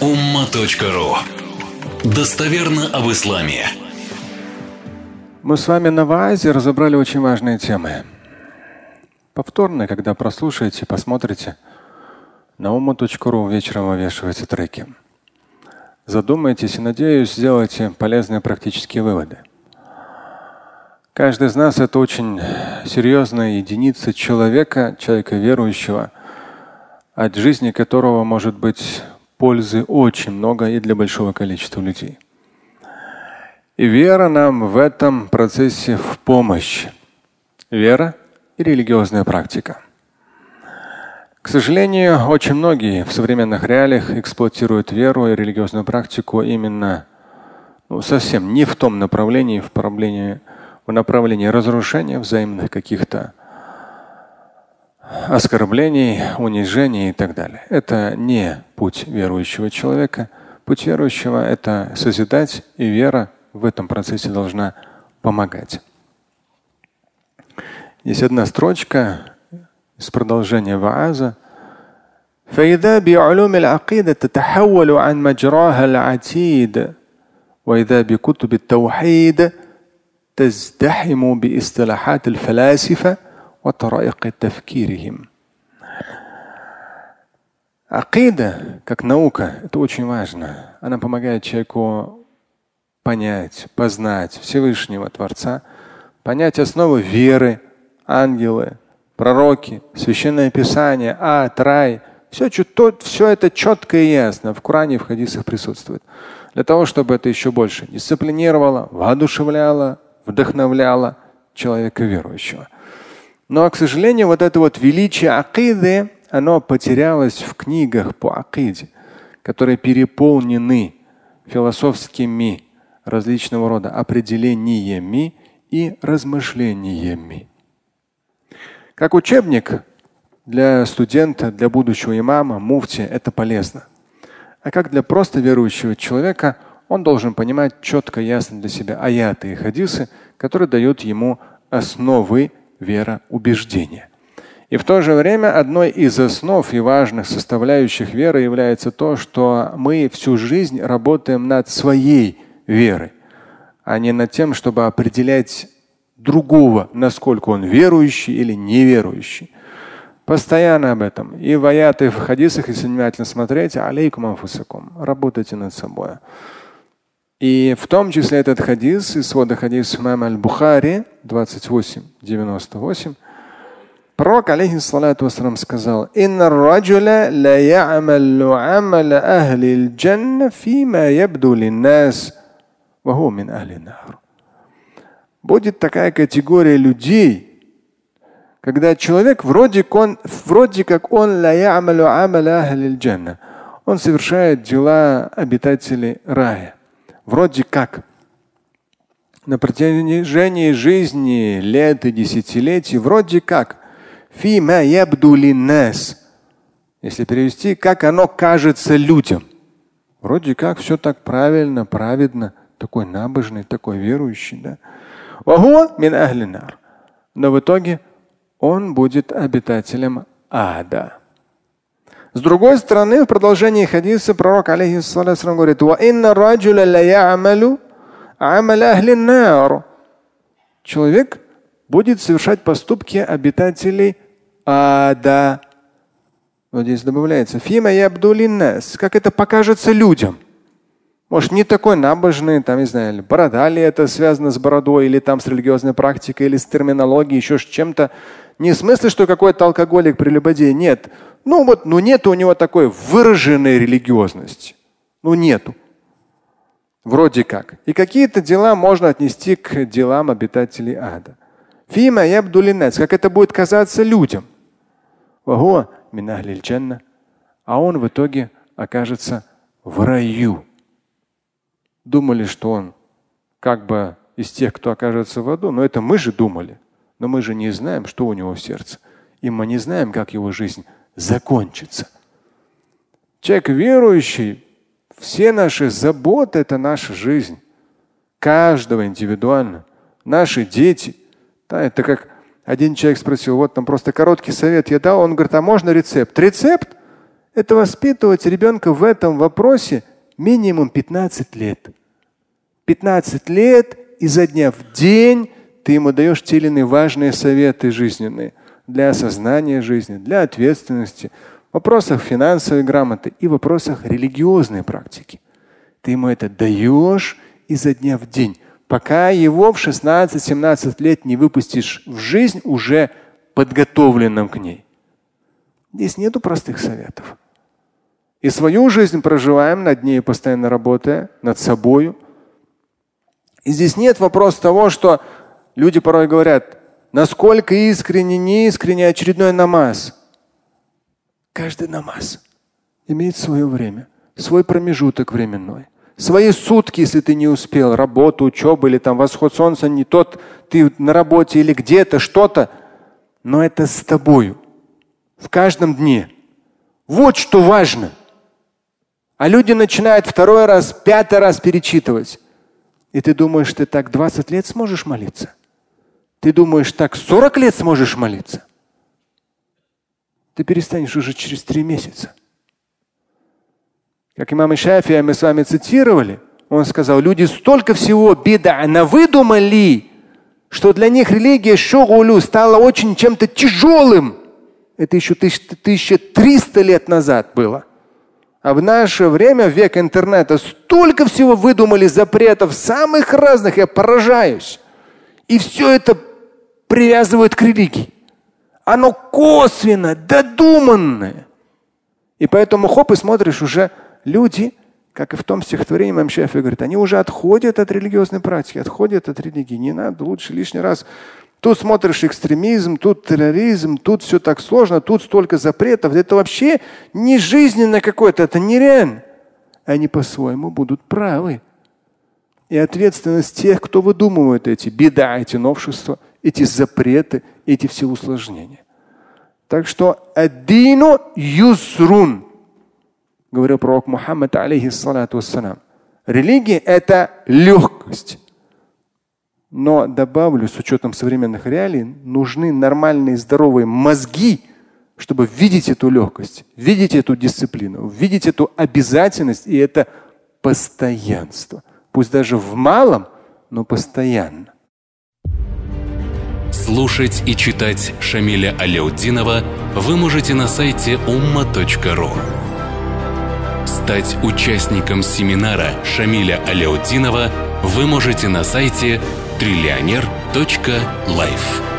umma.ru. Достоверно об исламе. Мы с вами на ваазе разобрали очень важные темы. Повторно, когда прослушаете, посмотрите, на umma.ru вечером вывешиваются треки. Задумайтесь и, надеюсь, сделайте полезные практические выводы. Каждый из нас — это очень серьезная единица человека верующего, от жизни которого может быть пользы очень много и для большого количества людей. И вера нам в этом процессе в помощь. Вера и религиозная практика. К сожалению, очень многие в современных реалиях эксплуатируют веру и религиозную практику именно совсем не в том направлении, в направлении разрушения взаимных каких-то оскорблений, унижений и так далее. Это не путь верующего человека. Путь верующего — это созидать, и вера в этом процессе должна помогать. Есть одна строчка из продолжения вааза. فإذا بعلوم العقيدة تتحول عن مجراها العتيد وإذا بكتب التوحيد تزدحم باصطلاحات الفلاسفة وطرائق تفكيرهم. Акида, как наука, это очень важно. Она помогает человеку понять, познать Всевышнего Творца, понять основы веры, ангелы, пророки, священное писание, ад, рай. Все это четко и ясно в Коране и в хадисах присутствует. Для того, чтобы это еще больше дисциплинировало, воодушевляло, вдохновляло человека верующего. Но, к сожалению, вот это вот величие акиды, оно потерялось в книгах по акиде, которые переполнены философскими различного рода определениями и размышлениями. Как учебник для студента, для будущего имама, муфти это полезно. А как для просто верующего человека, он должен понимать четко, ясно для себя аяты и хадисы, которые дают ему основы вероубеждения. И в то же время одной из основ и важных составляющих веры является то, что мы всю жизнь работаем над своей верой, а не над тем, чтобы определять другого, насколько он верующий или неверующий. Постоянно об этом. И в аятах, и в хадисах, если внимательно смотреть, алейкум анфусакум, работайте над собой. И в том числе этот хадис из свода хадиса имама аль-Бухари 28:98. Пророк, алейхиссалату вассалам, сказал: «Инна раджуля ла я'малу амаля ахли аль-джанна фима ябду лин-нас ва хуа мин ахли ан-нар». Будет такая категория людей, когда человек вроде как он ла я'малу амаля ахли аль-джанна, он совершает дела обитателей рая. Вроде как на протяжении жизни, лет и десятилетий, вроде как фима ябду лин-нас, если перевести, как оно кажется людям. Вроде как все так правильно, праведно, такой набожный, такой верующий, да. Но в итоге он будет обитателем ада. С другой стороны, в продолжении хадиса пророк, алейхиссалям, говорит: человек будет совершать поступки обитателей ада. Вот здесь добавляется фима ябдулиннас, как это покажется людям. Может, не такой набожный, там, не знаю, борода ли это связано с бородой, или там с религиозной практикой, или с терминологией, еще с чем-то. Не в смысле, что какой-то алкоголик, прелюбодей. Нет. Нет у него такой выраженной религиозности. Нету. Вроде как. И какие-то дела можно отнести к делам обитателей ада. Фима ябдулиннас, как это будет казаться людям. А он в итоге окажется в раю. Думали, что он как бы из тех, кто окажется в аду, но это мы же думали. Но мы же не знаем, что у него в сердце. И мы не знаем, как его жизнь закончится. Человек верующий, все наши заботы — это наша жизнь. Каждого индивидуально. Наши дети. Да, это как один человек спросил, вот там просто короткий совет я дал. Он говорит: а можно рецепт? Рецепт? Это воспитывать ребенка в этом вопросе минимум 15 лет. 15 лет изо дня в день ты ему даешь те или иные важные советы жизненные для осознания жизни, для ответственности, в вопросах финансовой грамоты и в вопросах религиозной практики. Ты ему это даешь изо дня в день, пока его в 16-17 лет не выпустишь в жизнь уже подготовленным к ней. Здесь нету простых советов. И свою жизнь проживаем, над ней постоянно работая, над собою. И здесь нет вопроса того, что люди порой говорят, насколько искренне, неискренне очередной намаз. Каждый намаз имеет свое время, свой промежуток временной. Свои сутки, если ты не успел, работу, учебу или там восход солнца, не тот, ты на работе или где-то, что-то. Но это с тобою. В каждом дне. Вот что важно. А люди начинают второй раз, 5-й раз перечитывать. И ты думаешь, ты так 20 лет сможешь молиться? Ты думаешь, так 40 лет сможешь молиться? Ты перестанешь уже через 3 месяца. Как имам Шафии мы с вами цитировали, он сказал, люди столько всего бида навыдумали, что для них религия шугулю стала очень чем-то тяжелым. Это еще 1300 лет назад было. А в наше время, в век интернета, столько всего выдумали запретов, самых разных, я поражаюсь. И все это привязывают к религии. Оно косвенно, додуманное. И поэтому и смотришь, уже люди, как и в том стихотворении имам Шафии говорит, они уже отходят от религиозной практики, отходят от религии. Не надо, лучше лишний раз. Тут смотришь экстремизм, тут терроризм, тут все так сложно, тут столько запретов. Это вообще не жизненно какое-то, это нереально. Они по-своему будут правы. И ответственность тех, кто выдумывает эти беда, эти новшества, эти запреты, эти все усложнения. Так что ад-дину юсрун, говорил пророк Мухаммад, алейхиссалату вассалям. Религия – это легкость. Но добавлю, с учетом современных реалий, нужны нормальные здоровые мозги, чтобы видеть эту легкость, видеть эту дисциплину, видеть эту обязательность и это постоянство. Пусть даже в малом, но постоянно. Слушать и читать Шамиля Аляутдинова вы можете на сайте umma.ru. Стать участником семинара Шамиля Аляутдинова вы можете на сайте trillioner.life.